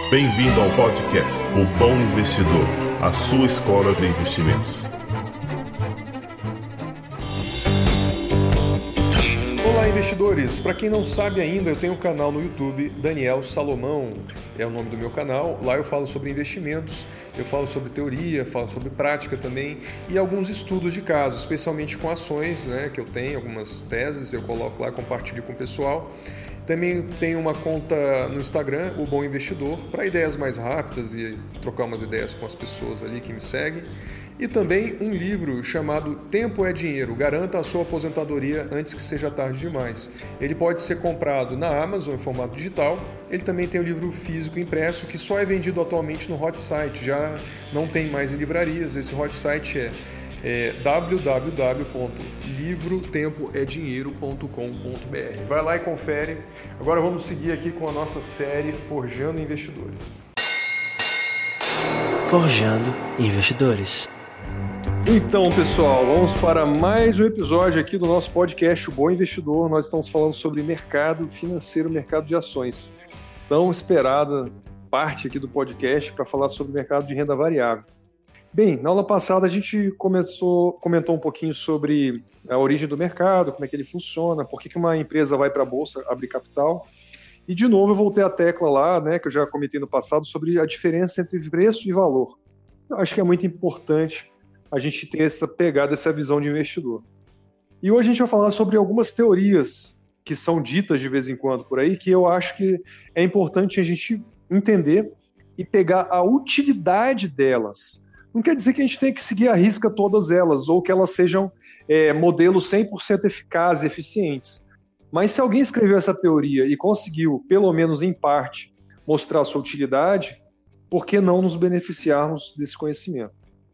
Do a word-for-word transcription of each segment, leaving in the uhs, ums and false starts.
Bem-vindo ao podcast O Bom Investidor, a sua escola de investimentos. Olá, investidores! Para quem não sabe ainda, eu tenho um canal no YouTube, Daniel Salomão é o nome do meu canal. Lá eu falo sobre investimentos, eu falo sobre teoria, falo sobre prática também e alguns estudos de caso, especialmente com ações, né, que eu tenho, algumas teses, eu coloco lá, compartilho com o pessoal. Também tenho uma conta no Instagram, O Bom Investidor, para ideias mais rápidas e trocar umas ideias com as pessoas ali que me seguem. E também um livro chamado Tempo é Dinheiro, garanta a sua aposentadoria antes que seja tarde demais. Ele pode ser comprado na Amazon em formato digital. Ele também tem o livro físico impresso, que só é vendido atualmente no hot site, já não tem mais em livrarias. Esse hot site é É w w w ponto livro tempo é dinheiro ponto com ponto b r. Vai lá e confere. Agora vamos seguir aqui com a nossa série Forjando Investidores. Forjando Investidores. Então, pessoal, vamos para mais um episódio aqui do nosso podcast O Bom Investidor. Nós estamos falando sobre mercado financeiro, mercado de ações. Tão esperada parte aqui do podcast para falar sobre o mercado de renda variável. Bem, na aula passada a gente começou, comentou um pouquinho sobre a origem do mercado, como é que ele funciona, por que que uma empresa vai para a bolsa abrir capital. E de novo eu voltei à tecla lá, né, que eu já comentei no passado, sobre a diferença entre preço e valor. Eu acho que é muito importante a gente ter essa pegada, essa visão de investidor. E hoje a gente vai falar sobre algumas teorias que são ditas de vez em quando por aí, que eu acho que é importante a gente entender e pegar a utilidade delas. Não quer dizer que a gente tenha que seguir à risca todas elas, ou que elas sejam é, modelos cem por cento eficazes e eficientes. Mas se alguém escreveu essa teoria e conseguiu, pelo menos em parte, mostrar a sua utilidade, por que não nos beneficiarmos desse conhecimento?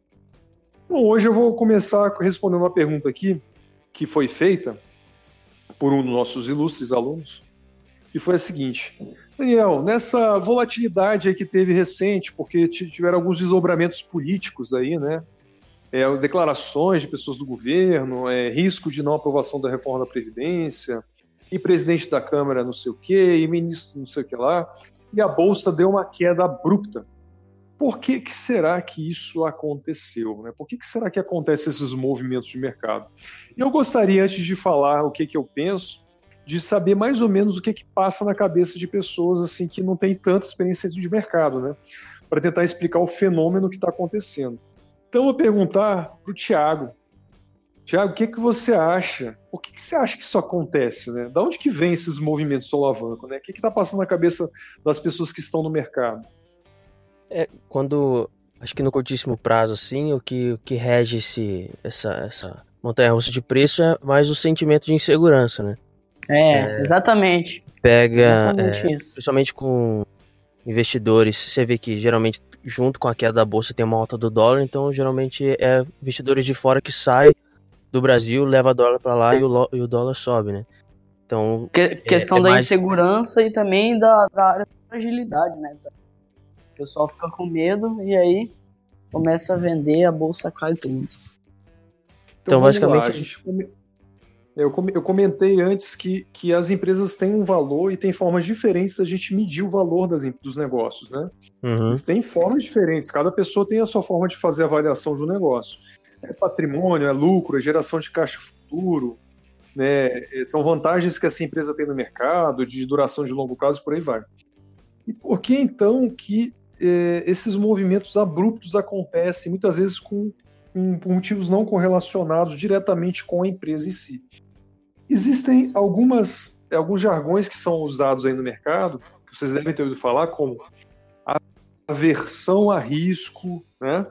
Bom, hoje eu vou começar respondendo uma pergunta aqui, que foi feita por um dos nossos ilustres alunos, e foi a seguinte: Daniel, nessa volatilidade aí que teve recente, porque tiveram alguns desdobramentos políticos aí, né? É, declarações de pessoas do governo, é, risco de não aprovação da reforma da Previdência, e presidente da Câmara não sei o quê, e ministro não sei o que lá, e a Bolsa deu uma queda abrupta. Por que que será que isso aconteceu, né? Por que que será que acontecem esses movimentos de mercado? E eu gostaria, antes de falar o que que eu penso, de saber mais ou menos o que que passa na cabeça de pessoas assim que não têm tanta experiência de mercado, né? Para tentar explicar o fenômeno que está acontecendo. Então eu vou perguntar para o Thiago. Thiago, o que que você acha? Por que que você acha que isso acontece, né? Da onde que vem esses movimentos solavanco, né? O que que está passando na cabeça das pessoas que estão no mercado? É, quando, acho que no curtíssimo prazo, assim, o que, o que rege esse, essa, essa montanha-russa de preço é mais o sentimento de insegurança, né? É, é, exatamente. Pega, exatamente é, isso. Principalmente com investidores, você vê que geralmente junto com a queda da bolsa tem uma alta do dólar, então geralmente é investidores de fora que saem do Brasil, leva dólar para lá e o, e o dólar sobe, né? Então, que, questão é, é da mais... insegurança e também da, da área de fragilidade, né? O pessoal fica com medo e aí começa a vender, a bolsa cai tudo. Então, então basicamente lá, a gente... Eu comentei antes que, que as empresas têm um valor e tem formas diferentes da gente medir o valor das, dos negócios, né? Uhum. Eles têm formas diferentes, cada pessoa tem a sua forma de fazer a avaliação do negócio. É patrimônio, é lucro, é geração de caixa futuro, né? São vantagens que essa empresa tem no mercado, de duração de longo prazo, por aí vai. E por que então que eh, esses movimentos abruptos acontecem, muitas vezes com, com motivos não correlacionados diretamente com a empresa em si? Existem algumas, alguns jargões que são usados aí no mercado, que vocês devem ter ouvido falar, como aversão a risco, né?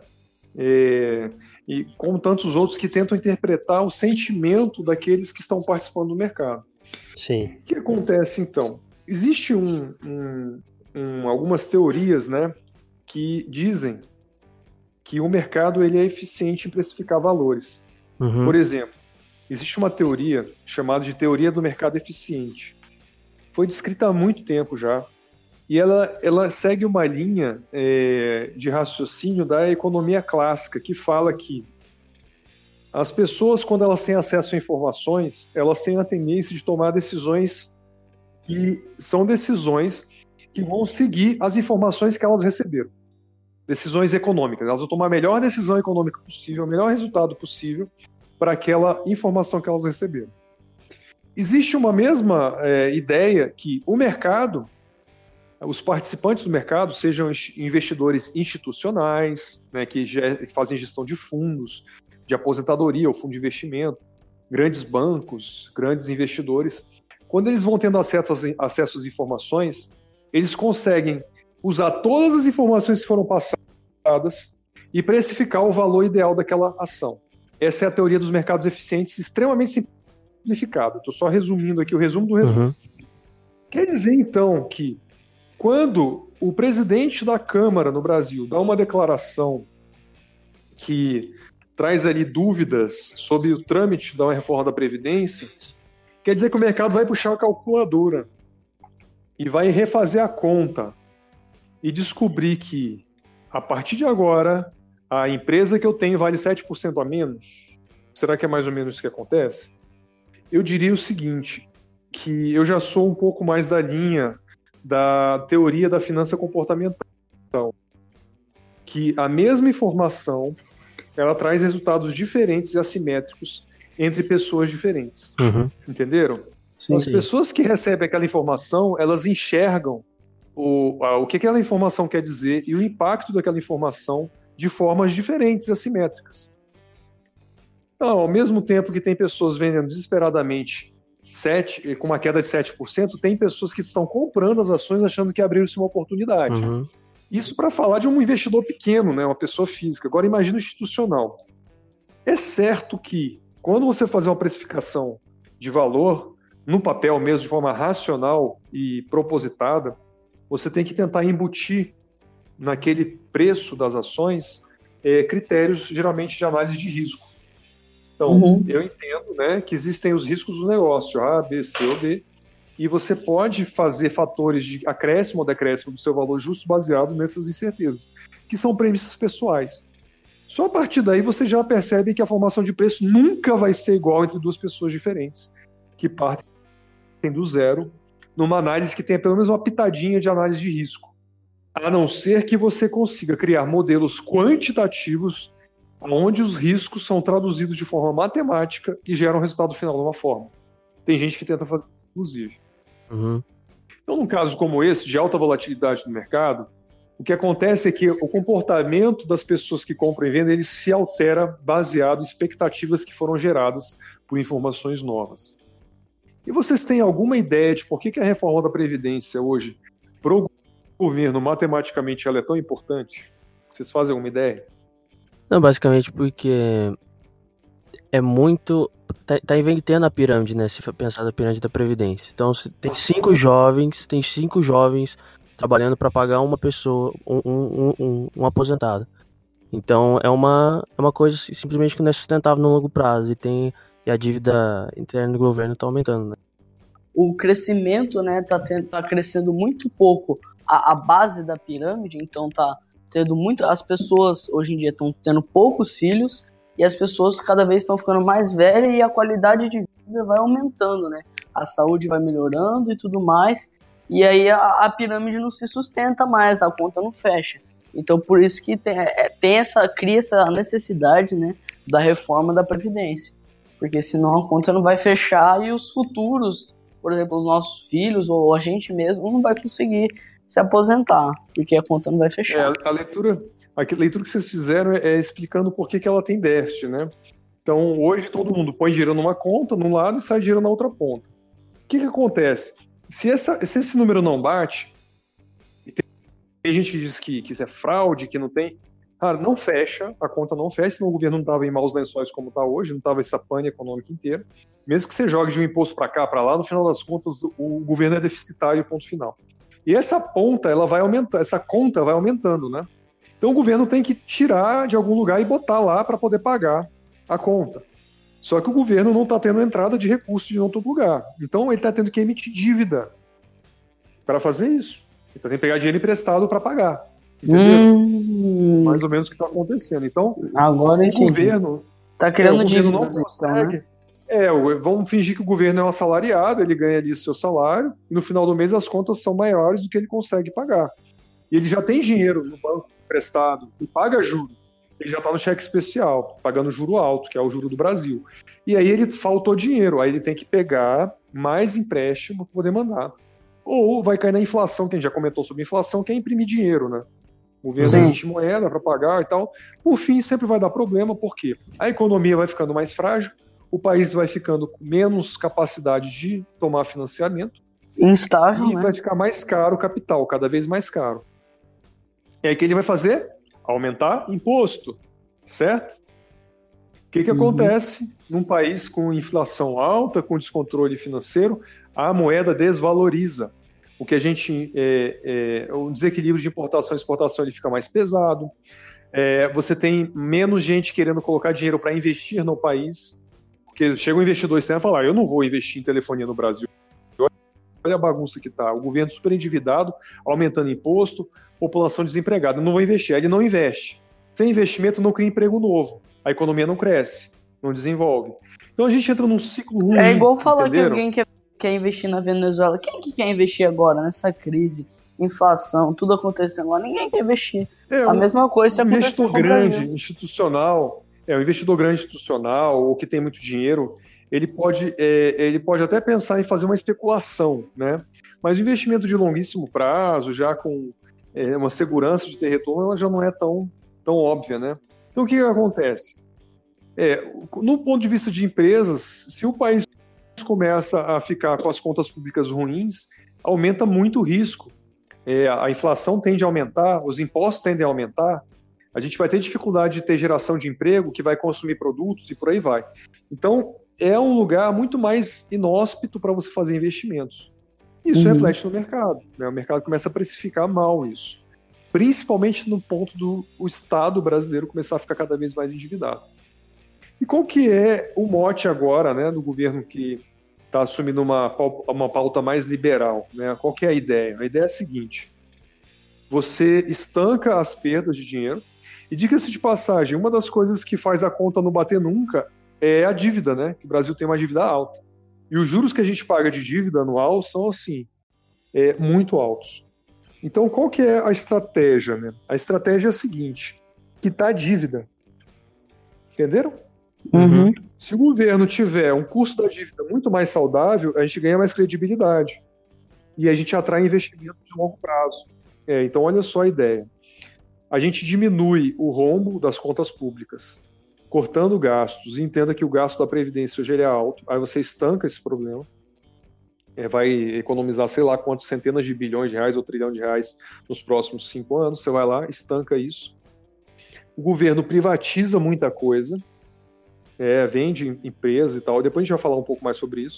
É, e como tantos outros que tentam interpretar o sentimento daqueles que estão participando do mercado. Sim. O que acontece, então? Existe um, um, um, algumas teorias, né, que dizem que o mercado ele é eficiente em precificar valores. Uhum. Por exemplo, existe uma teoria chamada de teoria do mercado eficiente. Foi descrita há muito tempo já. E ela, ela segue uma linha é, de raciocínio da economia clássica, que fala que as pessoas, quando elas têm acesso a informações, elas têm a tendência de tomar decisões que são decisões que vão seguir as informações que elas receberam. Decisões econômicas. Elas vão tomar a melhor decisão econômica possível, o melhor resultado possível para aquela informação que elas receberam. Existe uma mesma é, ideia que o mercado, os participantes do mercado, sejam investidores institucionais, né, que, que fazem gestão de fundos, de aposentadoria ou fundo de investimento, grandes bancos, grandes investidores, quando eles vão tendo acesso às, acesso às informações, eles conseguem usar todas as informações que foram passadas e precificar o valor ideal daquela ação. Essa é a teoria dos mercados eficientes, extremamente simplificada. Estou só resumindo aqui o resumo do resumo. Uhum. Quer dizer, então, que quando o presidente da Câmara no Brasil dá uma declaração que traz ali dúvidas sobre o trâmite da reforma da Previdência, quer dizer que o mercado vai puxar a calculadora e vai refazer a conta e descobrir que, a partir de agora, a empresa que eu tenho vale sete por cento a menos? Será que é mais ou menos isso que acontece? Eu diria o seguinte, que eu já sou um pouco mais da linha da teoria da finança comportamental, que a mesma informação ela traz resultados diferentes e assimétricos entre pessoas diferentes. Uhum. Entenderam? Sim, As sim. pessoas que recebem aquela informação, elas enxergam o, a, o que aquela informação quer dizer e o impacto daquela informação de formas diferentes e assimétricas. Então, ao mesmo tempo que tem pessoas vendendo desesperadamente sete, com uma queda de sete por cento, tem pessoas que estão comprando as ações achando que abriu-se uma oportunidade. Uhum. Isso para falar de um investidor pequeno, né, uma pessoa física. Agora imagina o institucional. É certo que quando você fazer uma precificação de valor, no papel mesmo, de forma racional e propositada, você tem que tentar embutir naquele preço das ações é, critérios, geralmente, de análise de risco. Então, uhum. eu entendo, né, que existem os riscos do negócio, A, B, C ou D, e você pode fazer fatores de acréscimo ou decréscimo do seu valor justo baseado nessas incertezas, que são premissas pessoais. Só a partir daí você já percebe que a formação de preço nunca vai ser igual entre duas pessoas diferentes, que partem do zero, numa análise que tenha pelo menos uma pitadinha de análise de risco. A não ser que você consiga criar modelos quantitativos onde os riscos são traduzidos de forma matemática e geram um resultado final de uma forma. Tem gente que tenta fazer, inclusive. Uhum. Então, num caso como esse, de alta volatilidade no mercado, o que acontece é que o comportamento das pessoas que compram e vendem ele se altera baseado em expectativas que foram geradas por informações novas. E vocês têm alguma ideia de por que a reforma da Previdência hoje, para o governo, matematicamente, ela é tão importante? Vocês fazem alguma ideia? Não, basicamente porque é muito... Tá, tá inventando a pirâmide, né? Se for pensar na pirâmide da Previdência. Então, se tem cinco jovens, tem cinco jovens trabalhando para pagar uma pessoa, um, um, um, um aposentado. Então, é uma, é uma coisa simplesmente que não é sustentável no longo prazo. E, tem, e a dívida interna do governo está aumentando, né? O crescimento, né, tá, tendo, tá crescendo muito pouco a, a base da pirâmide. Então, tá tendo muito... As pessoas, hoje em dia, estão tendo poucos filhos. E as pessoas cada vez estão ficando mais velhas e a qualidade de vida vai aumentando, né? A saúde vai melhorando e tudo mais. E aí a, a pirâmide não se sustenta mais, a conta não fecha. Então por isso que tem, é, tem essa, cria essa necessidade, né, da reforma da Previdência. Porque senão a conta não vai fechar e os futuros, por exemplo, os nossos filhos ou a gente mesmo não vai conseguir se aposentar, porque a conta não vai fechar. É, a leitura... A leitura que vocês fizeram é explicando por que, que ela tem déficit, né? Então, hoje todo mundo põe dinheiro numa conta, num lado, e sai dinheiro na outra ponta. O que, que acontece? Se, essa, se esse número não bate, e tem, tem gente que diz que, que isso é fraude, que não tem... Cara, não fecha, a conta não fecha, senão o governo não estava em maus lençóis como está hoje, não estava essa pane econômica inteira. Mesmo que você jogue de um imposto para cá, para lá, no final das contas, o governo é deficitário, ponto final. E essa ponta, ela vai aumentando, essa conta vai aumentando, né? Então o governo tem que tirar de algum lugar e botar lá para poder pagar a conta. Só que o governo não está tendo entrada de recursos de outro lugar. Então ele está tendo que emitir dívida para fazer isso. Ele está tendo que pegar dinheiro emprestado para pagar. Entendeu? Hum... Mais ou menos o que está acontecendo. Então agora o governo está criando é, o dívida. governo não consegue, né? É, vamos fingir que o governo é um assalariado, ele ganha ali seu salário, e no final do mês as contas são maiores do que ele consegue pagar. E ele já tem dinheiro no banco emprestado e paga juros. Ele já está no cheque especial, pagando juro alto, que é o juro do Brasil. E aí ele faltou dinheiro, aí ele tem que pegar mais empréstimo para poder mandar. Ou vai cair na inflação, que a gente já comentou sobre inflação, que é imprimir dinheiro, né? O governo emite moeda para pagar e tal. Por fim, sempre vai dar problema, porque a economia vai ficando mais frágil, o país vai ficando com menos capacidade de tomar financiamento. Instável, e né? vai ficar mais caro o capital, cada vez mais caro. E aí o que ele vai fazer? Aumentar imposto, certo? O que, que uhum. acontece num país com inflação alta, com descontrole financeiro? A moeda desvaloriza. O que a gente... É, é, o desequilíbrio de importação e exportação ele fica mais pesado. É, você tem menos gente querendo colocar dinheiro para investir no país. Porque chega um investidor externo e fala, ah, eu não vou investir em telefonia no Brasil. Olha a bagunça que está. O governo super endividado, aumentando imposto, população desempregada. Não vou investir. Aí ele não investe. Sem investimento não cria emprego novo. A economia não cresce, não desenvolve. Então a gente entra num ciclo ruim. É igual falar entenderam? que alguém quer, quer investir na Venezuela. Quem é que quer investir agora nessa crise? Inflação, tudo acontecendo lá. Ninguém quer investir. É, a mesma coisa se um acontecer investidor grande, institucional, é um investidor grande institucional ou que tem muito dinheiro, ele pode, é, ele pode até pensar em fazer uma especulação, né? Mas o investimento de longuíssimo prazo, já com é, uma segurança de ter retorno, ela já não é tão, tão óbvia, né? Então o que, que acontece? É, no ponto de vista de empresas, se o país começa a ficar com as contas públicas ruins, aumenta muito o risco. É, a inflação tende a aumentar, os impostos tendem a aumentar, a gente vai ter dificuldade de ter geração de emprego, que vai consumir produtos e por aí vai. Então, é um lugar muito mais inóspito para você fazer investimentos. Isso uhum. reflete no mercado, né? O mercado começa a precificar mal isso. Principalmente no ponto do o Estado brasileiro começar a ficar cada vez mais endividado. E qual que é o mote agora, né, do governo que está assumindo uma, uma pauta mais liberal, né? Qual que é a ideia? A ideia é a seguinte: você estanca as perdas de dinheiro e, diga-se de passagem, uma das coisas que faz a conta não bater nunca é a dívida, né? Que o Brasil tem uma dívida alta. E os juros que a gente paga de dívida anual são, assim, é, muito altos. Então, qual que é a estratégia, né? A estratégia é a seguinte: quitar a dívida. Entenderam? Uhum. Se o governo tiver um custo da dívida muito mais saudável, a gente ganha mais credibilidade. E a gente atrai investimento de longo prazo. É, então, olha só a ideia. A gente diminui o rombo das contas públicas, cortando gastos. E entenda que o gasto da Previdência hoje ele é alto. Aí você estanca esse problema. É, vai economizar, sei lá, quantos centenas de bilhões de reais ou trilhão de reais nos próximos cinco anos. Você vai lá, estanca isso. O governo privatiza muita coisa. É, vende empresas e tal, depois a gente vai falar um pouco mais sobre isso.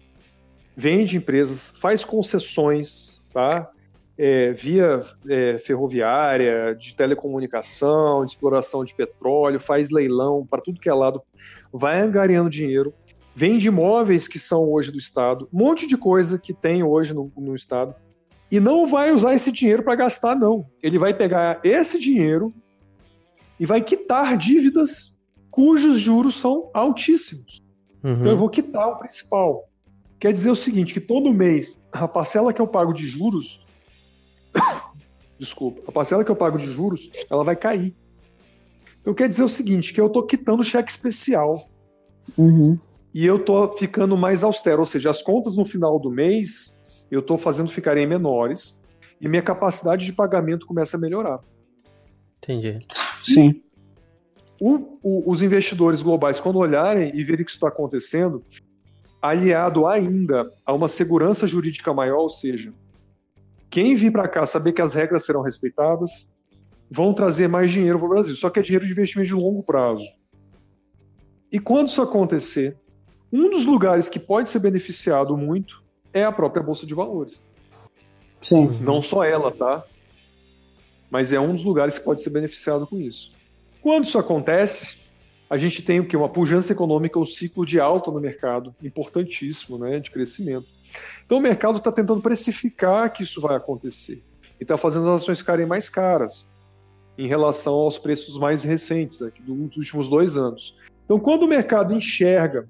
Vende empresas, faz concessões, tá? É, via é, ferroviária, de telecomunicação, de exploração de petróleo, faz leilão para tudo que é lado, vai angariando dinheiro, vende imóveis que são hoje do Estado, um monte de coisa que tem hoje no, no Estado, e não vai usar esse dinheiro para gastar, não. Ele vai pegar esse dinheiro e vai quitar dívidas cujos juros são altíssimos. Uhum. Então eu vou quitar o principal. Quer dizer o seguinte, que todo mês a parcela que eu pago de juros desculpa, a parcela que eu pago de juros, ela vai cair. Então quer dizer o seguinte, que eu estou quitando cheque especial. Uhum. E eu estou ficando mais austero, ou seja, as contas no final do mês eu estou fazendo ficarem menores e minha capacidade de pagamento começa a melhorar. Entendi. Sim. O, o, os investidores globais, quando olharem e verem que isso está acontecendo, aliado ainda a uma segurança jurídica maior, ou seja, quem vir para cá saber que as regras serão respeitadas, vão trazer mais dinheiro para o Brasil. Só que é dinheiro de investimento de longo prazo. E quando isso acontecer, um dos lugares que pode ser beneficiado muito é a própria Bolsa de Valores. Sim. Não só ela, tá? Mas é um dos lugares que pode ser beneficiado com isso. Quando isso acontece, a gente tem o quê? Uma pujança econômica, o um ciclo de alta no mercado, importantíssimo, né, de crescimento. Então o mercado está tentando precificar que isso vai acontecer e está fazendo as ações ficarem mais caras em relação aos preços mais recentes, né, dos últimos dois anos. Então quando o mercado enxerga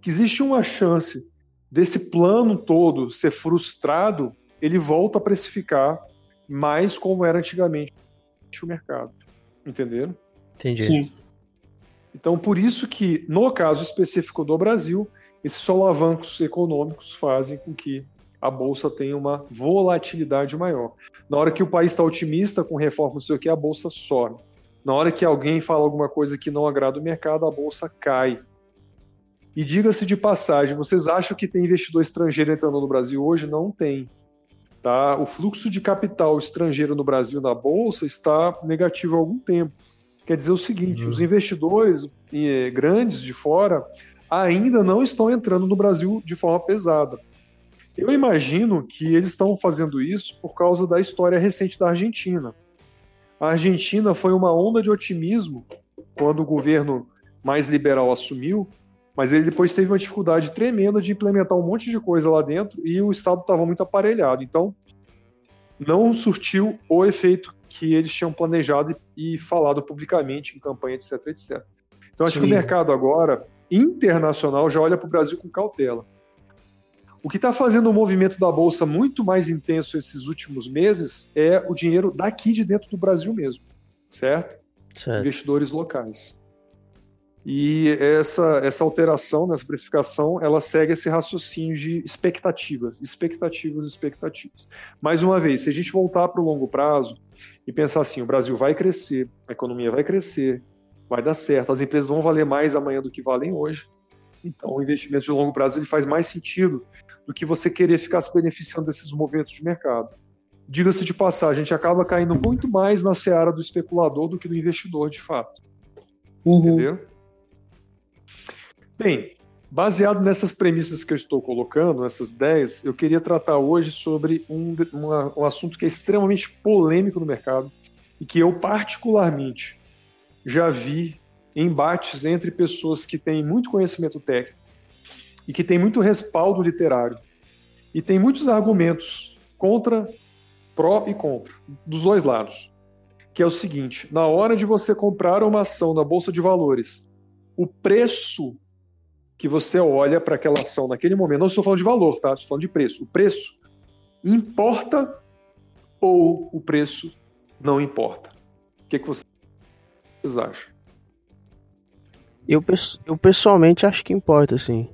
que existe uma chance desse plano todo ser frustrado, ele volta a precificar mais como era antigamente o mercado. Entenderam? Entendi. Sim. Então, por isso que, no caso específico do Brasil, esses solavancos econômicos fazem com que a Bolsa tenha uma volatilidade maior. Na hora que o país está otimista com reforma, não sei o que, a Bolsa sobe. Na hora que alguém fala alguma coisa que não agrada o mercado, a Bolsa cai. E diga-se de passagem, vocês acham que tem investidor estrangeiro entrando no Brasil hoje? Não tem. Tá? O fluxo de capital estrangeiro no Brasil na Bolsa está negativo há algum tempo. Quer dizer o seguinte, uhum. os investidores eh, grandes de fora ainda não estão entrando no Brasil de forma pesada. Eu imagino que eles estão fazendo isso por causa da história recente da Argentina. A Argentina foi uma onda de otimismo quando o governo mais liberal assumiu, mas ele depois teve uma dificuldade tremenda de implementar um monte de coisa lá dentro e o Estado estava muito aparelhado. Então, não surtiu o efeito que eles tinham planejado e falado publicamente em campanha, etc, etcétera. Então, acho Sim. que o mercado agora, internacional, já olha para o Brasil com cautela. O que está fazendo o movimento da Bolsa muito mais intenso esses últimos meses é o dinheiro daqui de dentro do Brasil mesmo, certo? certo. Investidores locais. E essa, essa alteração nessa precificação, ela segue esse raciocínio de expectativas, expectativas, expectativas. Mais uma vez, se a gente voltar para o longo prazo e pensar assim, o Brasil vai crescer, a economia vai crescer, vai dar certo, as empresas vão valer mais amanhã do que valem hoje, então o investimento de longo prazo ele faz mais sentido do que você querer ficar se beneficiando desses movimentos de mercado. Diga-se de passagem, a gente acaba caindo muito mais na seara do especulador do que do investidor, de fato. Uhum. Entendeu? Bem, baseado nessas premissas que eu estou colocando, essas ideias, eu queria tratar hoje sobre um, uma, um assunto que é extremamente polêmico no mercado e que eu particularmente já vi embates entre pessoas que têm muito conhecimento técnico e que têm muito respaldo literário e tem muitos argumentos contra, pró e contra, dos dois lados, que é o seguinte: na hora de você comprar uma ação na Bolsa de Valores, o preço que você olha para aquela ação naquele momento, não estou falando de valor, tá? Estou falando de preço. O preço importa ou o preço não importa? O que, que vocês acham? Eu, eu pessoalmente acho que importa, sim.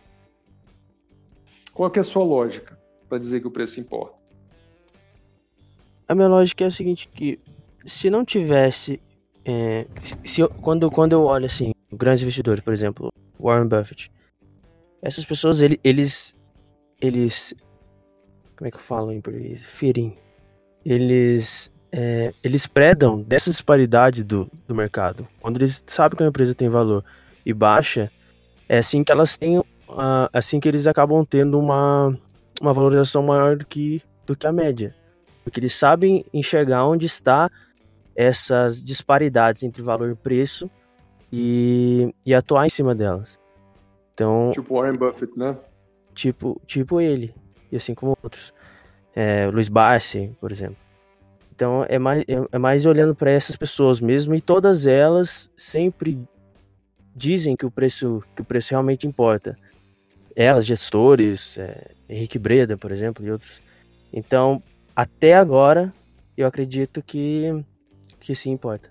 Qual que é a sua lógica para dizer que o preço importa? A minha lógica é a seguinte, que se não tivesse... É, se eu, quando, quando eu olho assim, grandes investidores, por exemplo, Warren Buffett, essas pessoas, ele, eles, eles, como é que eu falo em português? Fearing. Eles, é, eles predam dessa disparidade do, do mercado. Quando eles sabem que a empresa tem valor e baixa, é assim que elas têm, uh, assim que eles acabam tendo uma, uma valorização maior do que, do que a média. Porque eles sabem enxergar onde está essas disparidades entre valor e preço e, e atuar em cima delas. Então, tipo Warren Buffett, né? Tipo, tipo ele, e assim como outros. É, Luiz Barsi, por exemplo. Então, é mais, é, é mais olhando para essas pessoas mesmo, e todas elas sempre dizem que o preço, que o preço realmente importa. Elas, gestores, é, Henrique Breda, por exemplo, e outros. Então, até agora, eu acredito que que sim importa.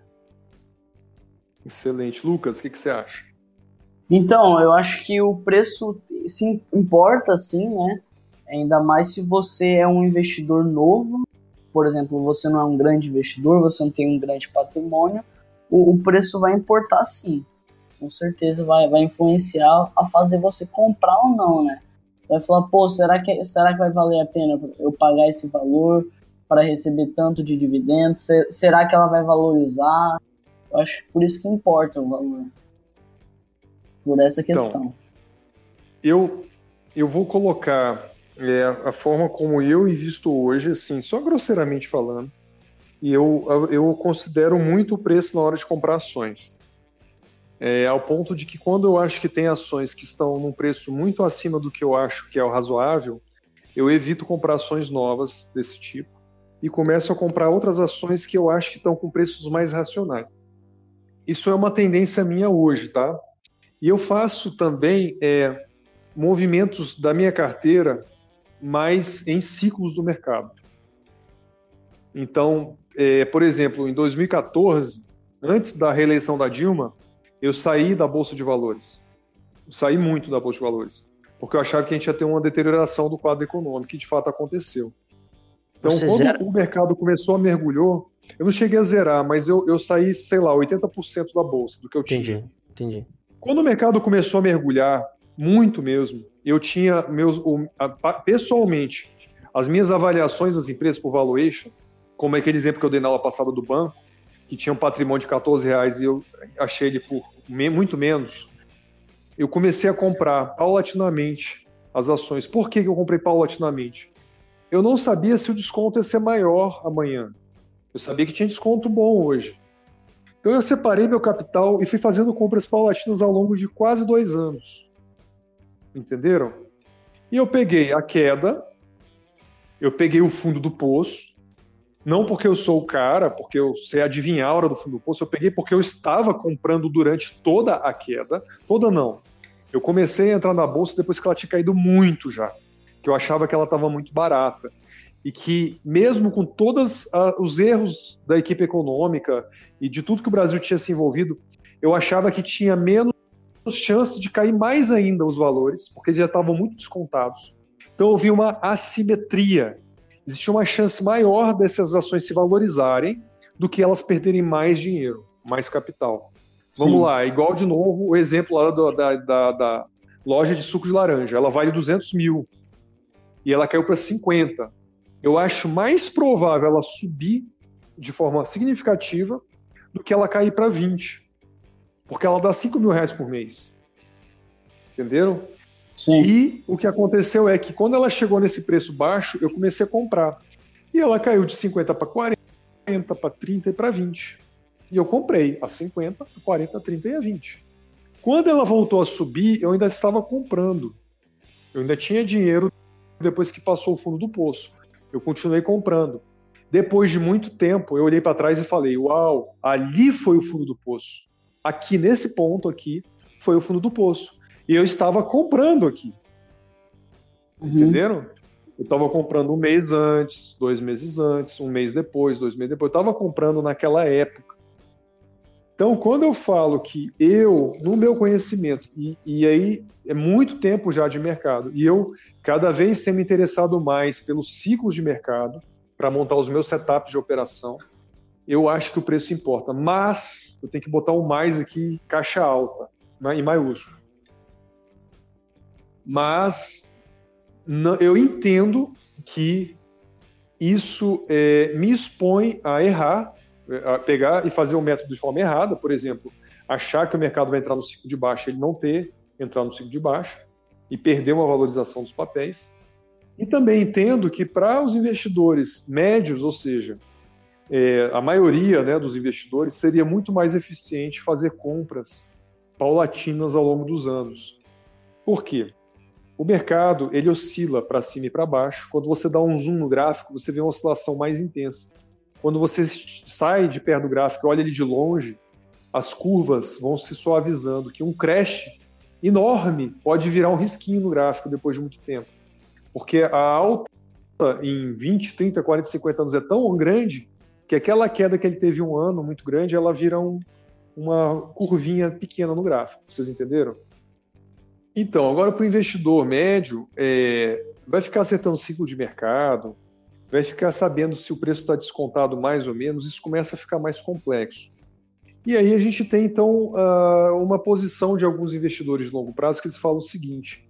Excelente. Lucas, o que, que você acha? Então, eu acho que o preço sim importa, sim, né? Ainda mais se você é um investidor novo, por exemplo, você não é um grande investidor, você não tem um grande patrimônio, o, o preço vai importar, sim. Com certeza vai, vai influenciar a fazer você comprar ou não, né? Vai falar, pô, será que, será que vai valer a pena eu pagar esse valor para receber tanto de dividendos? Será que ela vai valorizar? Eu acho que por isso que importa o valor. Por essa questão. Então, eu, eu vou colocar é, a forma como eu invisto hoje, assim, só grosseiramente falando, e eu, eu considero muito o preço na hora de comprar ações. É, ao ponto de que quando eu acho que tem ações que estão num preço muito acima do que eu acho que é o razoável, eu evito comprar ações novas desse tipo e começo a comprar outras ações que eu acho que estão com preços mais racionais. Isso é uma tendência minha hoje, tá? E eu faço também é, movimentos da minha carteira mais em ciclos do mercado. Então, é, por exemplo, em dois mil e quatorze, antes da reeleição da Dilma, eu saí da Bolsa de Valores. Eu saí muito da Bolsa de Valores, porque eu achava que a gente ia ter uma deterioração do quadro econômico, que de fato aconteceu. Então, Você quando zera... o mercado começou a mergulhar, eu não cheguei a zerar, mas eu, eu saí, sei lá, oitenta por cento da Bolsa, do que eu Entendi, tinha. entendi. Quando o mercado começou a mergulhar, muito mesmo, eu tinha, meus, o, a, pessoalmente, as minhas avaliações das empresas por valuation, como aquele exemplo que eu dei na aula passada do banco, que tinha um patrimônio de quatorze reais e eu achei ele por me, muito menos, eu comecei a comprar paulatinamente as ações. Por que eu comprei paulatinamente? Eu não sabia se o desconto ia ser maior amanhã. Eu sabia que tinha desconto bom hoje. Então eu separei meu capital e fui fazendo compras paulatinas ao longo de quase dois anos. Entenderam? E eu peguei a queda, eu peguei o fundo do poço, não porque eu sou o cara, porque eu sei adivinhar a hora do fundo do poço, eu peguei porque eu estava comprando durante toda a queda, toda não. Eu comecei a entrar na bolsa depois que ela tinha caído muito já, que eu achava que ela estava muito barata. E que, mesmo com todos uh, os erros da equipe econômica e de tudo que o Brasil tinha se envolvido, eu achava que tinha menos chance de cair mais ainda os valores, porque eles já estavam muito descontados. Então eu vi uma assimetria. Existia uma chance maior dessas ações se valorizarem do que elas perderem mais dinheiro, mais capital. Sim. Vamos lá, igual de novo o exemplo lá do, da, da, da loja de suco de laranja. Ela vale duzentos mil e ela caiu para cinquenta. Eu acho mais provável ela subir de forma significativa do que ela cair para vinte. Porque ela dá cinco mil reais por mês. Entenderam? Sim. E o que aconteceu é que quando ela chegou nesse preço baixo, eu comecei a comprar. E ela caiu de cinquenta para quarenta, para trinta e para vinte. E eu comprei a cinquenta, a quarenta, a trinta e a vinte. Quando ela voltou a subir, eu ainda estava comprando. Eu ainda tinha dinheiro depois que passou o fundo do poço. Eu continuei comprando. Depois de muito tempo, eu olhei para trás e falei, uau, ali foi o fundo do poço. Aqui, nesse ponto aqui, foi o fundo do poço. E eu estava comprando aqui. Uhum. Entenderam? Eu estava comprando um mês antes, dois meses antes, um mês depois, dois meses depois. Eu estava comprando naquela época. Então, quando eu falo que eu, no meu conhecimento, e, e aí é muito tempo já de mercado, e eu cada vez tenho me interessado mais pelos ciclos de mercado para montar os meus setups de operação, eu acho que o preço importa. Mas eu tenho que botar um mais aqui, caixa alta, em maiúsculo. Mas não, eu entendo que isso é, me expõe a errar, a pegar e fazer o método de forma errada, por exemplo, achar que o mercado vai entrar no ciclo de baixa, ele não ter, entrar no ciclo de baixa e perder uma valorização dos papéis. E também entendo que para os investidores médios, ou seja, é, a maioria, né, dos investidores, seria muito mais eficiente fazer compras paulatinas ao longo dos anos. Por quê? O mercado ele oscila para cima e para baixo. Quando você dá um zoom no gráfico, você vê uma oscilação mais intensa. Quando você sai de perto do gráfico e olha ele de longe, as curvas vão se suavizando, que um crash enorme pode virar um risquinho no gráfico depois de muito tempo. Porque a alta em vinte, trinta, quarenta, cinquenta anos é tão grande que aquela queda que ele teve um ano muito grande, ela vira um, uma curvinha pequena no gráfico. Vocês entenderam? Então, agora para o investidor médio, é, vai ficar acertando o ciclo de mercado, vai ficar sabendo se o preço está descontado mais ou menos, isso começa a ficar mais complexo. E aí a gente tem, então, uma posição de alguns investidores de longo prazo que eles falam o seguinte,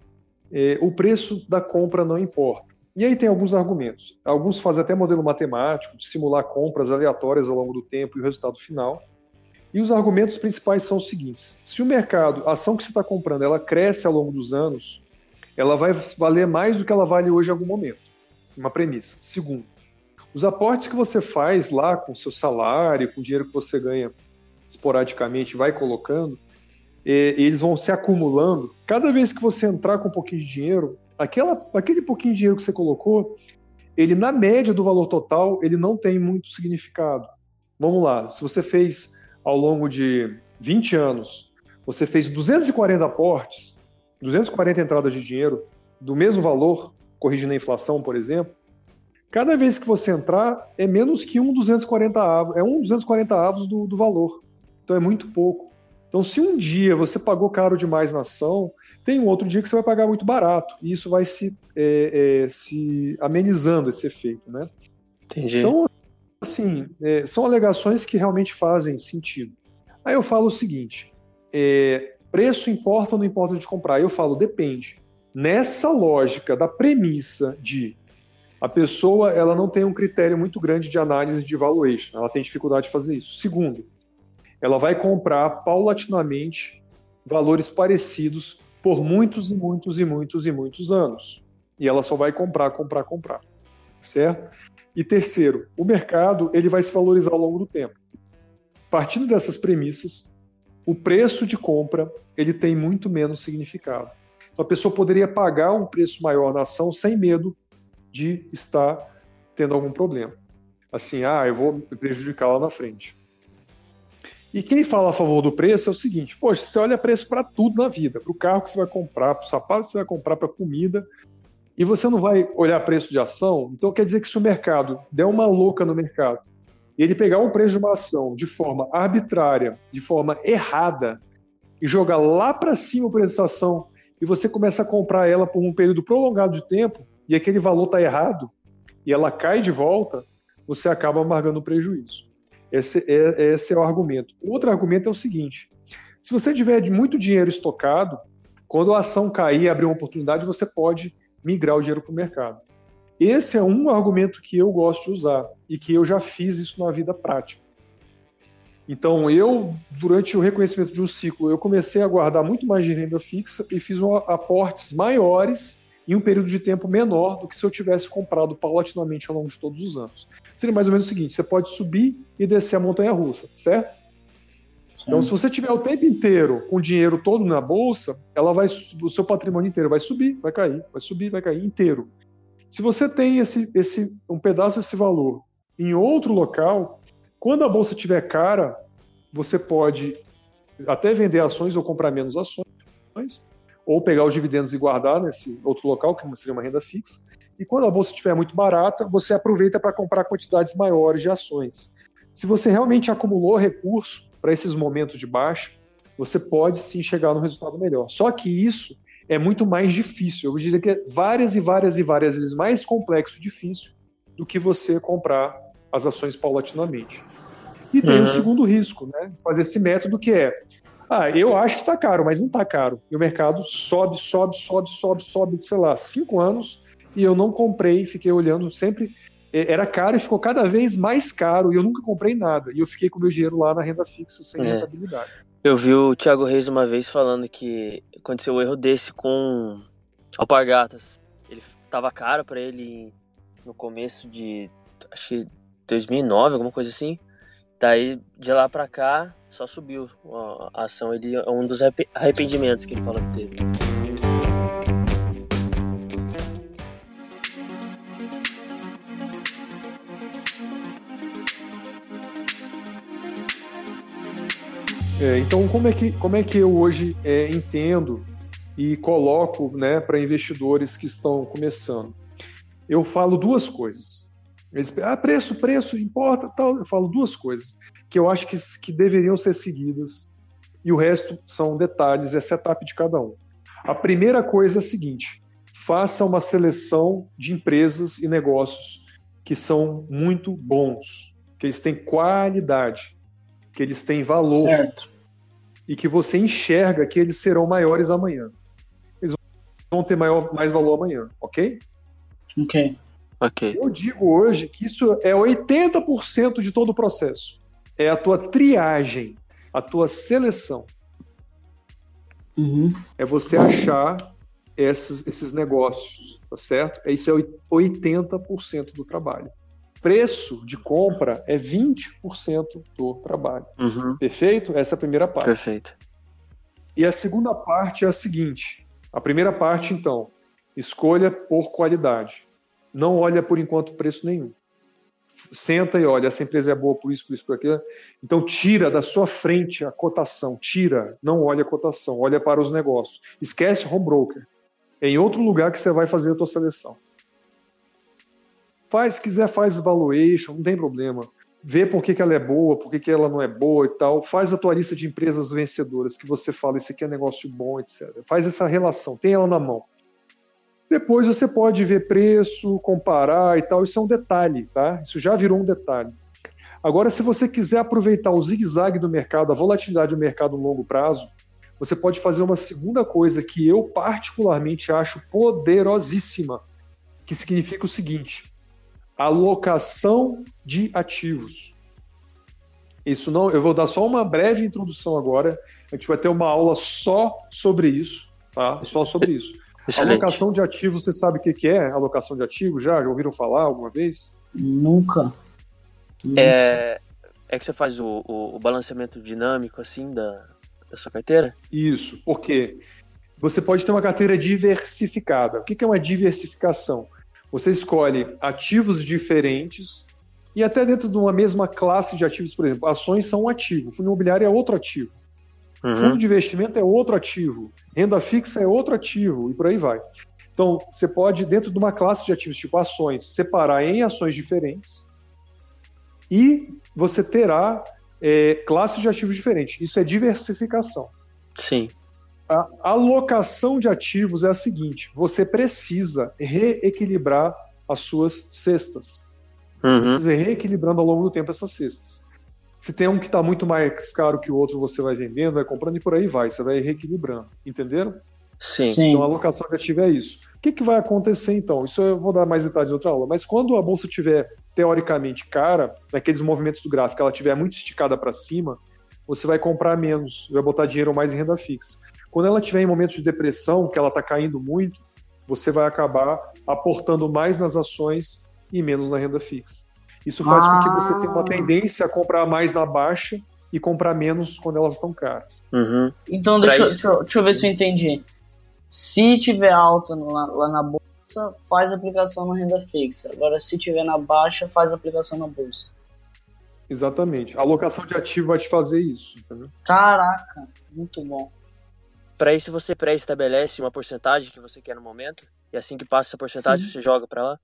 é, o preço da compra não importa. E aí tem alguns argumentos. Alguns fazem até modelo matemático, de simular compras aleatórias ao longo do tempo e o resultado final. E os argumentos principais são os seguintes. Se o mercado, a ação que você está comprando, ela cresce ao longo dos anos, ela vai valer mais do que ela vale hoje em algum momento. Uma premissa. Segundo, os aportes que você faz lá com o seu salário, com o dinheiro que você ganha esporadicamente, vai colocando, eles vão se acumulando. Cada vez que você entrar com um pouquinho de dinheiro, aquela, aquele pouquinho de dinheiro que você colocou, ele na média do valor total, ele não tem muito significado. Vamos lá, se você fez ao longo de vinte anos, você fez duzentos e quarenta aportes, duzentas e quarenta entradas de dinheiro do mesmo valor, corrigindo a inflação, por exemplo, cada vez que você entrar é menos que um duzentos e quarenta avos, é um duzentos e quarenta avos do, do valor. Então é muito pouco. Então se um dia você pagou caro demais na ação, tem um outro dia que você vai pagar muito barato. E isso vai se, é, é, se amenizando esse efeito, né? Entendi. São, assim, é, são alegações que realmente fazem sentido. Aí eu falo o seguinte, é, preço importa ou não importa de comprar? Eu falo, depende. Nessa lógica da premissa de a pessoa ela não tem um critério muito grande de análise de valuation, ela tem dificuldade de fazer isso. Segundo, ela vai comprar paulatinamente valores parecidos por muitos e muitos e muitos e muitos anos. E ela só vai comprar, comprar, comprar. Certo? E terceiro, o mercado ele vai se valorizar ao longo do tempo. Partindo dessas premissas, o preço de compra ele tem muito menos significado. Então, a pessoa poderia pagar um preço maior na ação sem medo de estar tendo algum problema. Assim, ah, eu vou me prejudicar lá na frente. E quem fala a favor do preço é o seguinte, poxa, você olha preço para tudo na vida, para o carro que você vai comprar, para o sapato que você vai comprar, para a comida, e você não vai olhar preço de ação, então quer dizer que se o mercado der uma louca no mercado, e ele pegar o preço de uma ação de forma arbitrária, de forma errada, e jogar lá para cima o preço dessa ação, e você começa a comprar ela por um período prolongado de tempo, e aquele valor está errado, e ela cai de volta, você acaba amargando o prejuízo. Esse é, esse é o argumento. O outro argumento é o seguinte, se você tiver muito dinheiro estocado, quando a ação cair e abrir uma oportunidade, você pode migrar o dinheiro para o mercado. Esse é um argumento que eu gosto de usar, e que eu já fiz isso na vida prática. Então, eu, durante o reconhecimento de um ciclo, eu comecei a guardar muito mais de renda fixa e fiz um, aportes maiores em um período de tempo menor do que se eu tivesse comprado paulatinamente ao longo de todos os anos. Seria mais ou menos o seguinte, você pode subir e descer a montanha-russa, certo? Sim. Então, se você tiver o tempo inteiro com o dinheiro todo na bolsa, ela vai, o seu patrimônio inteiro vai subir, vai cair, vai subir, vai cair inteiro. Se você tem esse, esse, um pedaço desse valor em outro local, quando a bolsa estiver cara, você pode até vender ações ou comprar menos ações, ou pegar os dividendos e guardar nesse outro local, que seria uma renda fixa. E quando a bolsa estiver muito barata, você aproveita para comprar quantidades maiores de ações. Se você realmente acumulou recurso para esses momentos de baixa, você pode sim chegar num resultado melhor. Só que isso é muito mais difícil. Eu diria que é várias e várias e várias vezes mais complexo e difícil do que você comprar as ações paulatinamente. E tem o uhum. segundo risco, né? Fazer esse método que é, ah, eu acho que está caro, mas não está caro. E o mercado sobe, sobe, sobe, sobe, sobe, sei lá, cinco anos, e eu não comprei, fiquei olhando sempre, era caro e ficou cada vez mais caro, e eu nunca comprei nada. E eu fiquei com meu dinheiro lá na renda fixa sem é. rentabilidade. Eu vi o Thiago Reis uma vez falando que aconteceu um erro desse com Alpargatas. Ele tava caro para ele no começo de, acho que dois mil e nove, alguma coisa assim. Daí, de lá pra cá, só subiu a ação. Ele é um dos arrependimentos que ele fala que teve. É, então, como é, que, como é que eu hoje é, entendo e coloco, né, para investidores que estão começando? Eu falo duas coisas. Eles, ah, preço, preço, importa, tal. Eu falo duas coisas que eu acho que, que deveriam ser seguidas e o resto são detalhes, é setup de cada um. A primeira coisa é a seguinte, faça uma seleção de empresas e negócios que são muito bons, que eles têm qualidade, que eles têm valor, certo, e que você enxerga que eles serão maiores amanhã. Eles vão ter maior, mais valor amanhã, ok? Ok. Okay. Eu digo hoje que isso é oitenta por cento de todo o processo. É a tua triagem, a tua seleção. Uhum. É você achar esses, esses negócios, tá certo? Isso é oitenta por cento do trabalho. Preço de compra é vinte por cento do trabalho. Uhum. Perfeito? Essa é a primeira parte. Perfeito. E a segunda parte é a seguinte. A primeira parte, então, escolha por qualidade. Não olha por enquanto preço nenhum. senta e olha, essa empresa é boa por isso, por isso, por aquilo. Então tira da sua frente a cotação, tira, não olha a cotação, olha para os negócios. Esquece o home broker. É em outro lugar que você vai fazer a tua seleção. Faz, se quiser, faz valuation, não tem problema. Vê por que, que ela é boa, por que, que ela não é boa e tal. Faz a tua lista de empresas vencedoras, que você fala, isso aqui é negócio bom, etcétera. Faz essa relação, tem ela na mão. Depois você pode ver preço, comparar e tal, isso é um detalhe, tá? Isso já virou um detalhe. Agora, se você quiser aproveitar o zigue-zague do mercado, a volatilidade do mercado no longo prazo, você pode fazer uma segunda coisa que eu particularmente acho poderosíssima, que significa o seguinte: alocação de ativos. Isso não, eu vou dar só uma breve introdução agora, a gente vai ter uma aula só sobre isso, tá? Só sobre isso. Excelente. Alocação de ativos, você sabe o que é alocação de ativos? Já? Já ouviram falar alguma vez? Nunca. É, é que você faz o, o, o balanceamento dinâmico assim da, da sua carteira? Isso, porque você pode ter uma carteira diversificada. O que é uma diversificação? Você escolhe ativos diferentes e até dentro de uma mesma classe de ativos, por exemplo, ações são um ativo, fundo imobiliário é outro ativo. Uhum. Fundo de investimento é outro ativo, renda fixa é outro ativo e por aí vai. Então, você pode, dentro de uma classe de ativos tipo ações, separar em ações diferentes e você terá é, classes de ativos diferentes. Isso é diversificação. Sim. A alocação de ativos é a seguinte: você precisa reequilibrar as suas cestas. Você uhum. precisa ir reequilibrando ao longo do tempo essas cestas. Se tem um que está muito mais caro que o outro, você vai vendendo, vai comprando e por aí vai. Você vai reequilibrando. Entenderam? Sim. Então a alocação de ativo é isso. O que, que vai acontecer então? Isso eu vou dar mais detalhes em outra aula. Mas quando a bolsa estiver teoricamente cara, naqueles movimentos do gráfico, ela estiver muito esticada para cima, você vai comprar menos, vai botar dinheiro mais em renda fixa. Quando ela estiver em momentos de depressão, que ela está caindo muito, você vai acabar aportando mais nas ações e menos na renda fixa. Isso faz ah. com que você tenha uma tendência a comprar mais na baixa e comprar menos quando elas estão caras. Uhum. Então, deixa, deixa, deixa eu ver se eu entendi. Se tiver alta no, lá, lá na bolsa, faz aplicação na renda fixa. Agora, se tiver na baixa, faz aplicação na bolsa. Exatamente. A alocação de ativo vai te fazer isso. Entendeu? Caraca, muito bom. Para isso, você pré-estabelece uma porcentagem que você quer no momento, e assim que passa essa porcentagem, Sim. você joga para lá?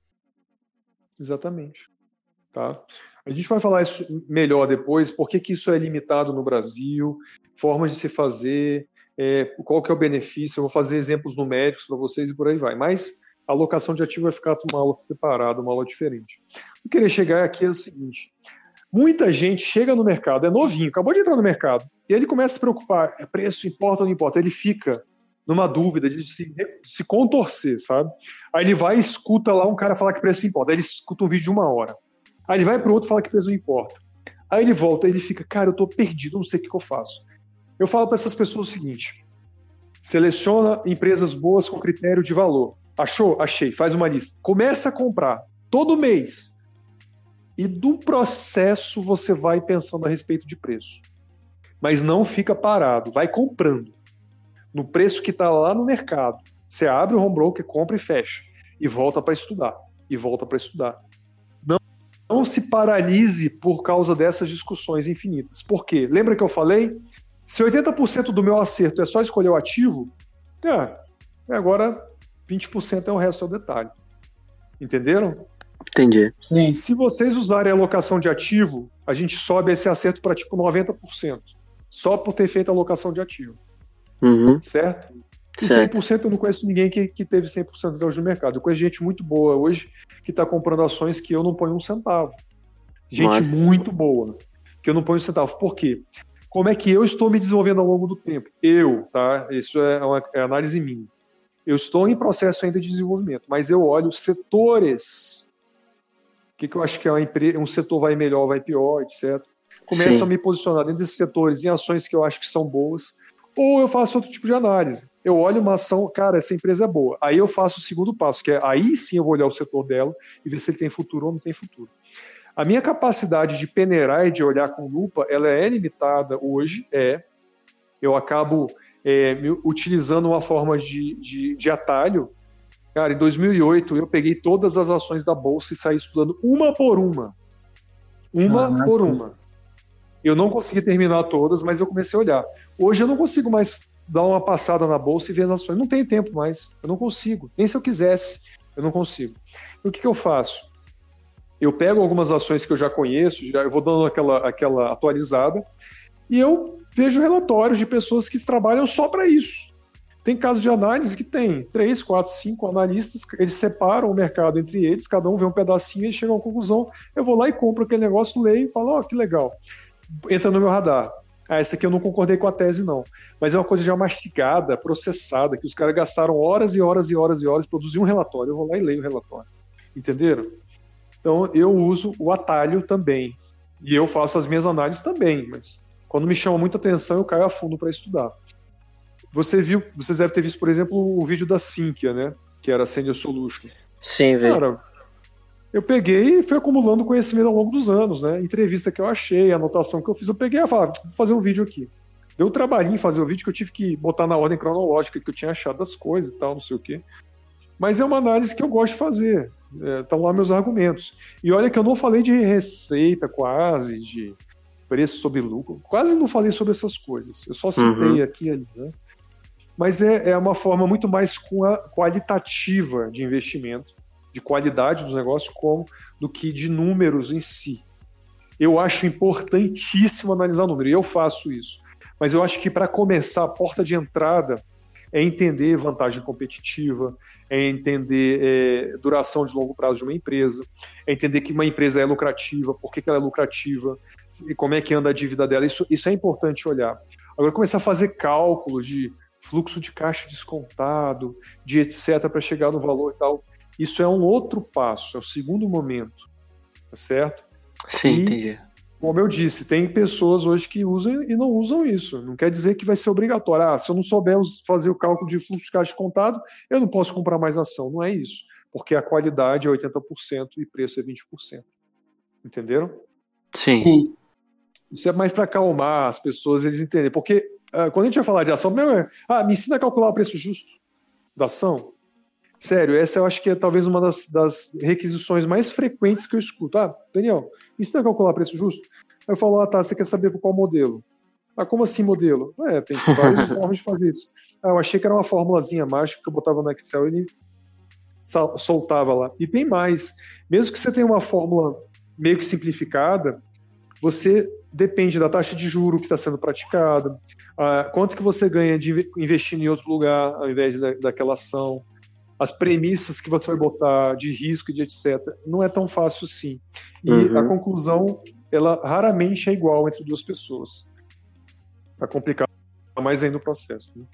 Exatamente. Tá? A gente vai falar isso melhor depois, por que, que isso é limitado no Brasil, formas de se fazer, é, qual que é o benefício, eu vou fazer exemplos numéricos para vocês e por aí vai. Mas a alocação de ativo vai ficar uma aula separada, uma aula diferente. O que eu queria chegar aqui é o seguinte: muita gente chega no mercado, é novinho, acabou de entrar no mercado, e ele começa a se preocupar, é preço, importa ou não importa, ele fica numa dúvida de se, se contorcer, sabe? Aí ele vai e escuta lá um cara falar que preço importa, aí ele escuta um vídeo de uma hora. Aí ele vai para o outro e fala que preço não importa. Aí ele volta, aí ele fica, cara, eu tô perdido, não sei o que, que eu faço. Eu falo para essas pessoas o seguinte: seleciona empresas boas com critério de valor. Achou? Achei. Faz uma lista. Começa a comprar todo mês. E do processo você vai pensando a respeito de preço. Mas não fica parado, vai comprando. No preço que está lá no mercado. Você abre o home broker, compra e fecha. E volta para estudar. E volta para estudar. Não Não se paralise por causa dessas discussões infinitas. Por quê? Lembra que eu falei? Se oitenta por cento do meu acerto é só escolher o ativo, é, agora vinte por cento é o resto do detalhe. Entenderam? Entendi. Sim. Se vocês usarem a alocação de ativo, a gente sobe esse acerto para tipo noventa por cento. Só por ter feito a alocação de ativo. Uhum. Certo? E certo. cem por cento eu não conheço ninguém que, que teve cem por cento hoje no mercado. Eu conheço gente muito boa hoje que está comprando ações que eu não ponho um centavo. Gente Mas... muito boa, que eu não ponho um centavo. Por quê? Como é que eu estou me desenvolvendo ao longo do tempo? Eu, tá? Isso é uma é análise minha. Eu estou em processo ainda de desenvolvimento, mas eu olho setores. O que, que eu acho que é uma empresa, um setor vai melhor, vai pior, etcétera. Começo Sim. a me posicionar dentro desses setores em ações que eu acho que são boas. Ou eu faço outro tipo de análise. Eu olho uma ação, cara, essa empresa é boa. Aí eu faço o segundo passo, que é aí sim eu vou olhar o setor dela e ver se ele tem futuro ou não tem futuro. A minha capacidade de peneirar e de olhar com lupa, ela é limitada hoje, é. Eu acabo é, utilizando uma forma de, de, de atalho. Cara, em dois mil e oito eu peguei todas as ações da Bolsa e saí estudando uma por uma. uma Ah, por sim. uma. Eu não consegui terminar todas, mas eu comecei a olhar. Hoje eu não consigo mais dar uma passada na bolsa e ver as ações. Não tenho tempo mais. Eu não consigo. Nem se eu quisesse, eu não consigo. Então, o que, que eu faço? Eu pego algumas ações que eu já conheço, já, eu vou dando aquela, aquela atualizada, e eu vejo relatórios de pessoas que trabalham só para isso. Tem casos de análise que tem três, quatro, cinco analistas, eles separam o mercado entre eles, cada um vê um pedacinho e chega a uma conclusão. Eu vou lá e compro aquele negócio, leio e falo, ó, oh, que legal. Entra no meu radar. Ah, essa aqui eu não concordei com a tese, não. Mas é uma coisa já mastigada, processada, que os caras gastaram horas e horas e horas e horas, produzir um relatório. Eu vou lá e leio o relatório. Entenderam? Então, eu uso o atalho também. E eu faço as minhas análises também, mas quando me chama muita atenção, eu caio a fundo para estudar. Você viu, vocês devem ter visto, por exemplo, o vídeo da Sinqia, né? Que era a Senior Solution. Sim, velho. Cara, eu peguei e fui acumulando conhecimento ao longo dos anos, né? Entrevista que eu achei, anotação que eu fiz, eu peguei e falei, vou fazer um vídeo aqui. Deu um trabalhinho fazer o vídeo que eu tive que botar na ordem cronológica que eu tinha achado das coisas e tal, não sei o quê. Mas é uma análise que eu gosto de fazer. Estão lá meus argumentos. E olha que eu não falei de receita quase, de preço sobre lucro. Quase não falei sobre essas coisas. Eu só citei Uhum. aqui e ali, né? Mas é, é uma forma muito mais qualitativa de investimento, de qualidade dos negócios, como do que de números em si. Eu acho importantíssimo analisar número, e eu faço isso. Mas eu acho que para começar, a porta de entrada é entender vantagem competitiva, é entender é, duração de longo prazo de uma empresa, é entender que uma empresa é lucrativa, por que, que ela é lucrativa, e como é que anda a dívida dela. Isso, isso é importante olhar. Agora, começar a fazer cálculos de fluxo de caixa descontado, de etcétera, para chegar no valor e tal. Isso é um outro passo, é o segundo momento, tá certo? Sim, E, entendi. como eu disse, tem pessoas hoje que usam e não usam isso. Não quer dizer que vai ser obrigatório. Ah, se eu não souber fazer o cálculo de fluxo de caixa descontado, eu não posso comprar mais ação. Não é isso, porque a qualidade é oitenta por cento e preço é vinte por cento. Entenderam? Sim. Sim. Isso é mais para acalmar as pessoas, eles entenderem. Porque uh, quando a gente vai falar de ação, meu, é, ah, me ensina a calcular o preço justo da ação. Sério, essa eu acho que é talvez uma das, das requisições mais frequentes que eu escuto. Ah, Daniel, me ensina a calcular preço justo? Aí eu falo, ah, tá, você quer saber por qual modelo? Ah, como assim modelo? É, tem várias formas de fazer isso. Ah, eu achei que era uma formulazinha mágica que eu botava no Excel e ele soltava lá. E tem mais. Mesmo que você tenha uma fórmula meio que simplificada, você depende da taxa de juro que está sendo praticada, ah, quanto que você ganha de investir em outro lugar ao invés da, daquela ação, as premissas que você vai botar de risco e de etcétera. Não é tão fácil assim. E Uhum. a conclusão, ela raramente é igual entre duas pessoas. Para complicar mais ainda o processo. Né?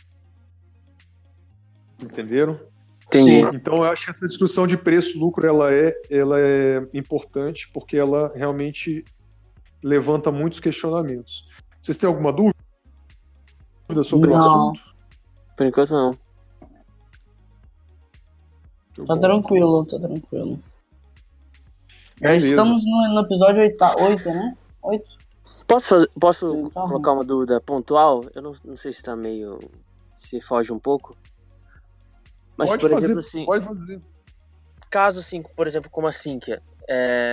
Entenderam? Entendi. Então, eu acho que essa discussão de preço-lucro ela é, ela é importante porque ela realmente levanta muitos questionamentos. Vocês têm alguma dúvida sobre Não. o assunto? Por enquanto não. Muito Tá bom. tranquilo, tá tranquilo. Já Beleza. estamos no, no episódio oito, né? oito? Posso, fazer, posso Sim, tá colocar uma dúvida pontual? Eu não, não sei se tá meio... se foge um pouco. Mas, Pode por fazer, exemplo, assim, pode fazer. caso assim, por exemplo, como a Sinqia, é...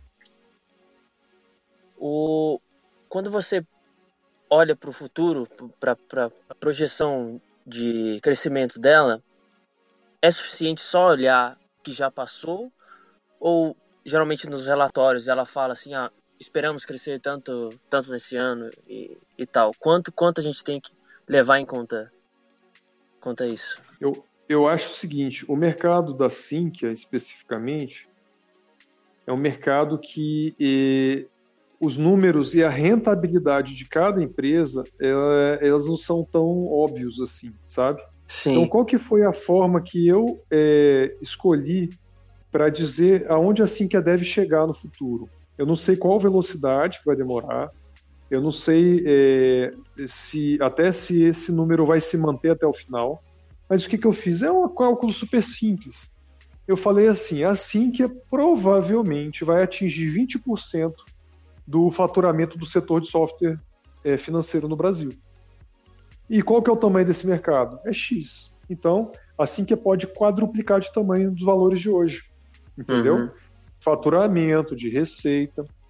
o... quando você olha para o futuro, para a projeção de crescimento dela, é suficiente só olhar o que já passou? Ou, geralmente, nos relatórios ela fala assim, ah, esperamos crescer tanto, tanto nesse ano e, e tal. Quanto, quanto a gente tem que levar em conta, conta isso? Eu, eu acho o seguinte, o mercado da Sinqia, especificamente, é um mercado que eh, os números e a rentabilidade de cada empresa, ela, elas não são tão óbvios assim, sabe? Sim. Então, qual que foi a forma que eu é, escolhi para dizer aonde a Sinqia deve chegar no futuro? Eu não sei qual velocidade que vai demorar, eu não sei é, se até se esse número vai se manter até o final, mas o que, que eu fiz? É um cálculo super simples. Eu falei assim, a Sinqia provavelmente vai atingir vinte por cento do faturamento do setor de software é, financeiro no Brasil. E qual que é o tamanho desse mercado? É X. Então, a Sinqia pode quadruplicar de tamanho dos valores de hoje. Entendeu? Uhum. Faturamento, de receita.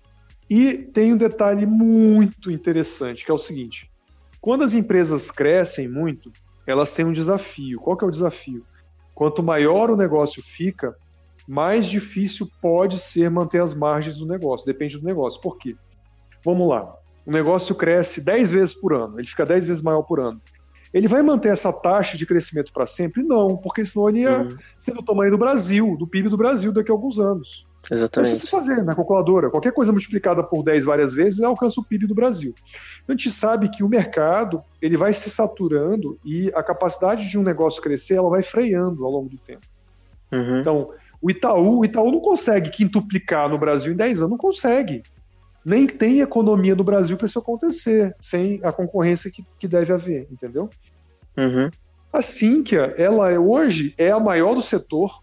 E tem um detalhe muito interessante, que é o seguinte: quando as empresas crescem muito, elas têm um desafio. Qual que é o desafio? Quanto maior o negócio fica, mais difícil pode ser manter as margens do negócio. Depende do negócio. Por quê? Vamos lá. O negócio cresce dez vezes por ano. Ele fica dez vezes maior por ano. Ele vai manter essa taxa de crescimento para sempre? Não, porque senão ele ia uhum. ser do tamanho do Brasil, do P I B do Brasil daqui a alguns anos. Exatamente. É só você fazer na calculadora. Qualquer coisa multiplicada por dez várias vezes alcança o P I B do Brasil. Então a gente sabe que o mercado ele vai se saturando e a capacidade de um negócio crescer ela vai freando ao longo do tempo. Uhum. Então, o Itaú, o Itaú não consegue quintuplicar no Brasil em dez anos, não consegue. Nem tem economia do Brasil para isso acontecer, sem a concorrência que, que deve haver, entendeu? Uhum. A Sinqia, ela é, hoje é a maior do setor,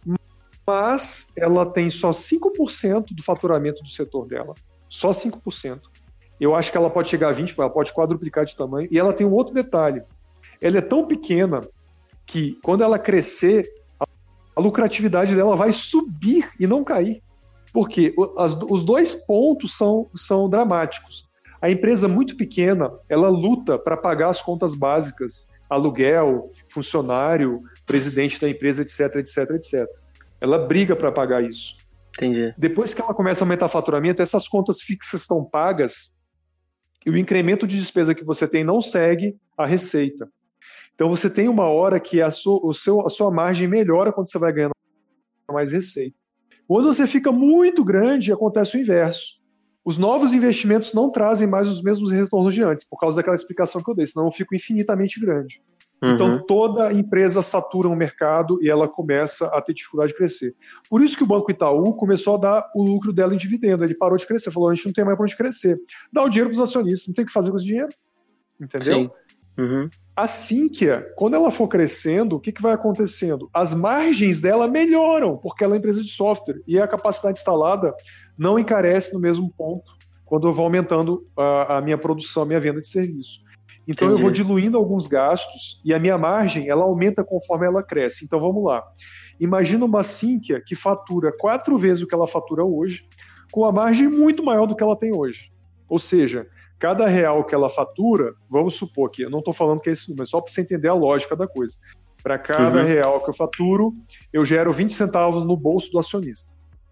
mas ela tem só cinco por cento do faturamento do setor dela. Só cinco por cento. Eu acho que ela pode chegar a vinte por cento, ela pode quadruplicar de tamanho. E ela tem um outro detalhe. Ela é tão pequena que, quando ela crescer, a lucratividade dela vai subir e não cair. Porque as, os dois pontos são, são dramáticos. A empresa muito pequena, ela luta para pagar as contas básicas, aluguel, funcionário, presidente da empresa, etc, etc, etcétera. Ela briga para pagar isso. Entendi. Depois que ela começa a aumentar o faturamento, essas contas fixas estão pagas e o incremento de despesa que você tem não segue a receita. Então você tem uma hora que a sua, o seu, a sua margem melhora quando você vai ganhando mais receita. Quando você fica muito grande, acontece o inverso. Os novos investimentos não trazem mais os mesmos retornos de antes, por causa daquela explicação que eu dei, senão eu fico infinitamente grande. Uhum. Então toda empresa satura o mercado e ela começa a ter dificuldade de crescer. Por isso que o Banco Itaú começou a dar o lucro dela em dividendo. Ele parou de crescer, falou, a gente não tem mais para onde crescer. Dá o dinheiro para os acionistas, não tem o que fazer com esse dinheiro. Entendeu? Sim. Uhum. A Sinqia, quando ela for crescendo, o que, que vai acontecendo? As margens dela melhoram, porque ela é empresa de software e a capacidade instalada não encarece no mesmo ponto quando eu vou aumentando a, a minha produção, a minha venda de serviço. Então Entendi. Eu vou diluindo alguns gastos e a minha margem ela aumenta conforme ela cresce. Então vamos lá. Imagina uma Sinqia que fatura quatro vezes o que ela fatura hoje, com a margem muito maior do que ela tem hoje. Ou seja, cada real que ela fatura, vamos supor que, eu não estou falando que é esse número, é só para você entender a lógica da coisa. Para cada uhum. real que eu faturo, eu gero vinte centavos no bolso do acionista.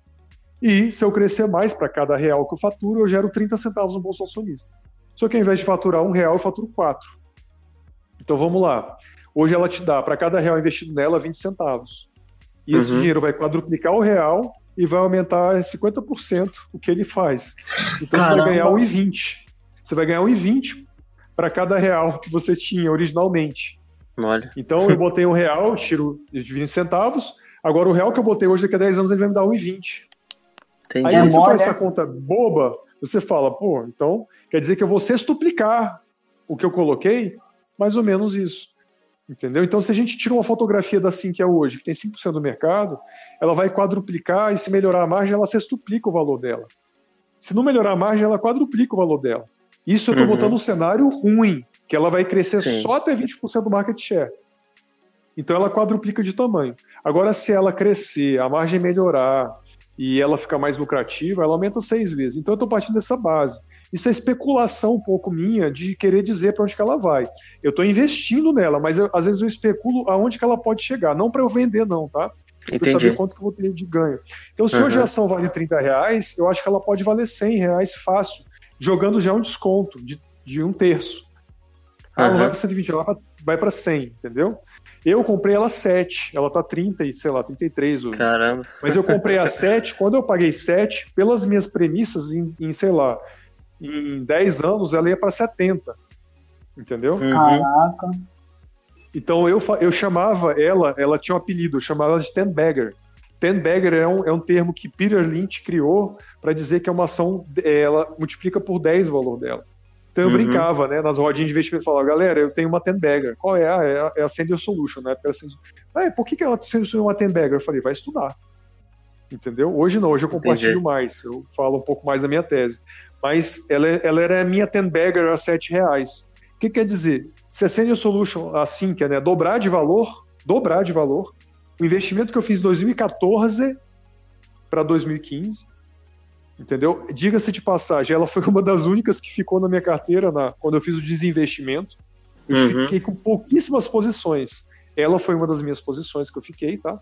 E se eu crescer mais, para cada real que eu faturo, eu gero trinta centavos no bolso do acionista. Só que ao invés de faturar um real, eu faturo quatro. Então vamos lá. Hoje ela te dá, para cada real investido nela, vinte centavos. E esse uhum. dinheiro vai quadruplicar o real e vai aumentar cinquenta por cento o que ele faz. Então Caramba. Você vai ganhar um real e vinte. Você vai ganhar um real e vinte para cada real que você tinha originalmente. Olha. Então eu botei um real, tiro de vinte centavos, agora o real que eu botei hoje, daqui a dez anos, ele vai me dar um real e vinte. Entendi. Aí quando você faz essa conta boba, você fala, pô, então quer dizer que eu vou sextuplicar o que eu coloquei? Mais ou menos isso. Entendeu? Então, se a gente tira uma fotografia da Sinqia hoje, que tem cinco por cento do mercado, ela vai quadruplicar e se melhorar a margem, ela sextuplica o valor dela. Se não melhorar a margem, ela quadruplica o valor dela. Isso eu estou uhum. botando um cenário ruim, que ela vai crescer Sim. só até vinte por cento do market share. Então, ela quadruplica de tamanho. Agora, se ela crescer, a margem melhorar e ela ficar mais lucrativa, ela aumenta seis vezes. Então, eu estou partindo dessa base. Isso é especulação um pouco minha de querer dizer para onde que ela vai. Eu estou investindo nela, mas eu, às vezes eu especulo aonde que ela pode chegar. Não para eu vender, não, tá? Para eu saber quanto que eu vou ter de ganho. Então, se uhum. hoje a ação vale trinta reais, eu acho que ela pode valer cem reais fácil, jogando já um desconto de, de um terço. Ah, uhum. não vai para cento e vinte, ela vai para cem, entendeu? Eu comprei ela sete, ela tá trinta e, sei lá, trinta e três hoje. Caramba. Mas eu comprei a sete, quando eu paguei sete, pelas minhas premissas, em, em sei lá, em dez anos ela ia para setenta, entendeu? Caraca. Então eu, eu chamava ela, ela tinha um apelido, eu chamava ela de ten bagger. ten bagger é um, é um termo que Peter Lynch criou para dizer que é uma ação, ela multiplica por dez o valor dela. Então eu uhum. brincava, né, nas rodinhas de investimento, falava, galera, eu tenho uma ten bagger. Qual é? Ah, é a, é a Sender Solution, né? Ah, por que, que ela tem uma ten bagger? Eu falei, vai estudar. Entendeu? Hoje não, hoje eu compartilho Entendi. mais, eu falo um pouco mais da minha tese. Mas ela, ela era a minha ten bagger a sete reais. O que quer dizer? Se a Senior Solution, assim, que é né, dobrar de valor, dobrar de valor, o investimento que eu fiz em dois mil e quatorze para dois mil e quinze, Entendeu? Diga-se de passagem, ela foi uma das únicas que ficou na minha carteira na, quando eu fiz o desinvestimento. Eu Uhum. fiquei com pouquíssimas posições. Ela foi uma das minhas posições que eu fiquei, tá?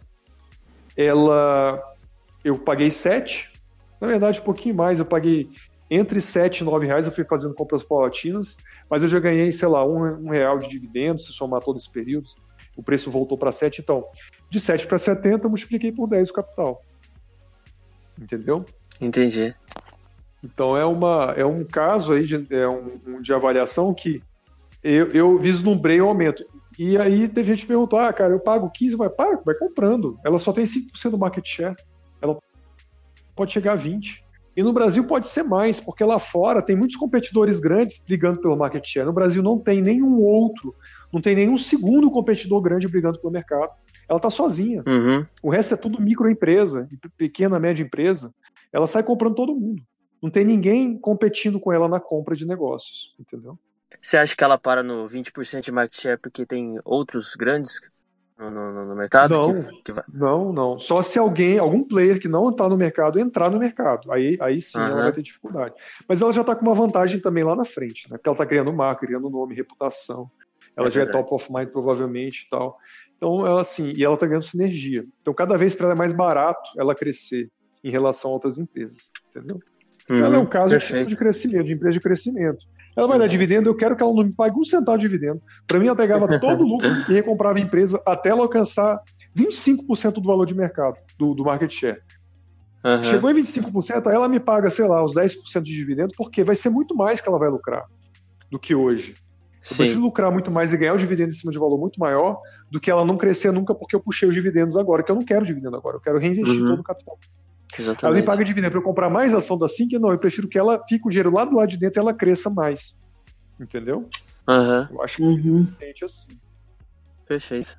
Ela... Eu paguei sete. Na verdade, um pouquinho mais. Eu paguei entre sete e nove reais. Eu fui fazendo compras paulatinas. Mas eu já ganhei, sei lá, um, um real de dividendos, se somar todo esse período. O preço voltou para sete. Então, de sete para setenta, eu multipliquei por dez o capital. Entendeu? Entendi. Então, é, uma, é um caso aí de, é um, um de avaliação que eu, eu vislumbrei o aumento. E aí, teve gente que perguntou, ah, cara, eu pago quinze, vai, paga, vai comprando. Ela só tem cinco por cento do market share. Ela pode chegar a vinte. E no Brasil pode ser mais, porque lá fora tem muitos competidores grandes brigando pelo market share. No Brasil não tem nenhum outro, não tem nenhum segundo competidor grande brigando pelo mercado. Ela está sozinha. Uhum. O resto é tudo microempresa, pequena, média empresa. Ela sai comprando todo mundo. Não tem ninguém competindo com ela na compra de negócios, entendeu? Você acha que ela para no vinte por cento de market share porque tem outros grandes no, no, no mercado? Não, que, que vai... não, não. Só se alguém, algum player que não está no mercado, entrar no mercado. Aí, aí sim Uhum. ela vai ter dificuldade. Mas ela já está com uma vantagem também lá na frente, né? Porque ela está criando marca, criando nome, reputação. Ela É já verdade. é top of mind, provavelmente, e tal. Então, ela assim, e ela está ganhando sinergia. Então, cada vez para ela é mais barato ela crescer em relação a outras empresas, entendeu? Uhum. Ela é um caso de, Perfeito. de crescimento, de empresa de crescimento. Ela vai dar dividendo, eu quero que ela não me pague um centavo de dividendo. Para mim, ela pegava todo o lucro e recomprava a empresa até ela alcançar vinte e cinco por cento do valor de mercado, do, do market share. Uhum. Chegou em vinte e cinco por cento, aí ela me paga, sei lá, uns dez por cento de dividendo, porque vai ser muito mais que ela vai lucrar do que hoje. Eu prefiro Sim. lucrar muito mais e ganhar o dividendo em cima de um valor muito maior do que ela não crescer nunca porque eu puxei os dividendos agora, que eu não quero dividendo agora, eu quero reinvestir Uhum. todo o capital. Ela me Exatamente. paga dividendo para eu comprar mais ação da Sync? Não, eu prefiro que ela fique o dinheiro lá do lado de dentro e ela cresça mais. Entendeu? Uhum. Eu acho que é mais Uhum. eficiente assim. Perfeito.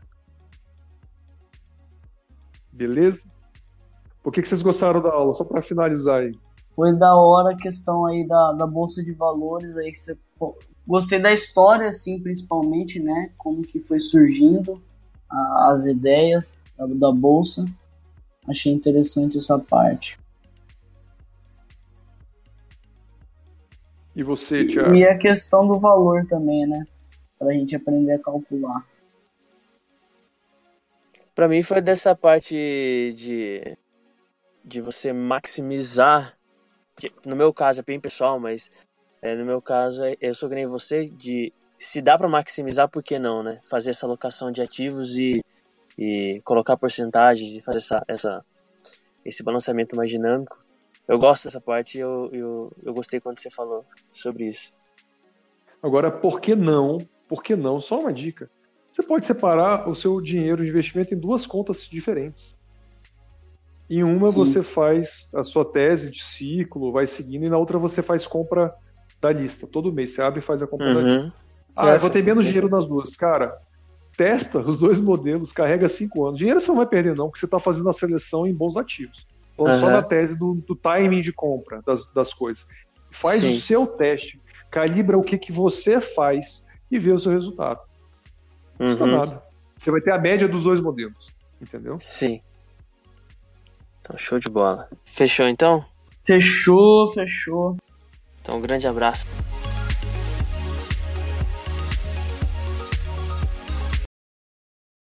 Beleza? Por que, que vocês gostaram da aula? Só para finalizar aí. Foi da hora a questão aí da, da Bolsa de Valores aí que você... pô, gostei da história, assim, principalmente, né? Como que foi surgindo a- as ideias da, da Bolsa. Achei interessante essa parte. E você, Thiago? E a questão do valor também, né? Pra gente aprender a calcular. Pra mim foi dessa parte de, de você maximizar, que no meu caso é bem pessoal, mas é, no meu caso é- eu sou que nem você, de se dá pra maximizar, por que não, né? Fazer essa alocação de ativos e, e colocar porcentagens e fazer essa, essa, esse balanceamento mais dinâmico. Eu gosto dessa parte e eu, eu, eu gostei quando você falou sobre isso. Agora, por que não? Por que não? Só uma dica. Você pode separar o seu dinheiro de investimento em duas contas diferentes. Em uma Sim. você faz a sua tese de ciclo, vai seguindo, e na outra você faz compra da lista. Todo mês você abre e faz a compra da lista. Uhum. Ah, eu vou ter faz menos sentido. dinheiro nas duas. Cara, testa os dois modelos, carrega cinco anos. Dinheiro você não vai perder, não, porque você está fazendo a seleção em bons ativos. Falando só Aham. da tese do, do timing de compra das, das coisas. Faz Sim. o seu teste, calibra o que, que você faz e vê o seu resultado. Não custa Uhum. nada. Você vai ter a média dos dois modelos. Entendeu? Sim. Então, show de bola. Fechou então? Fechou, fechou. Então, um grande abraço.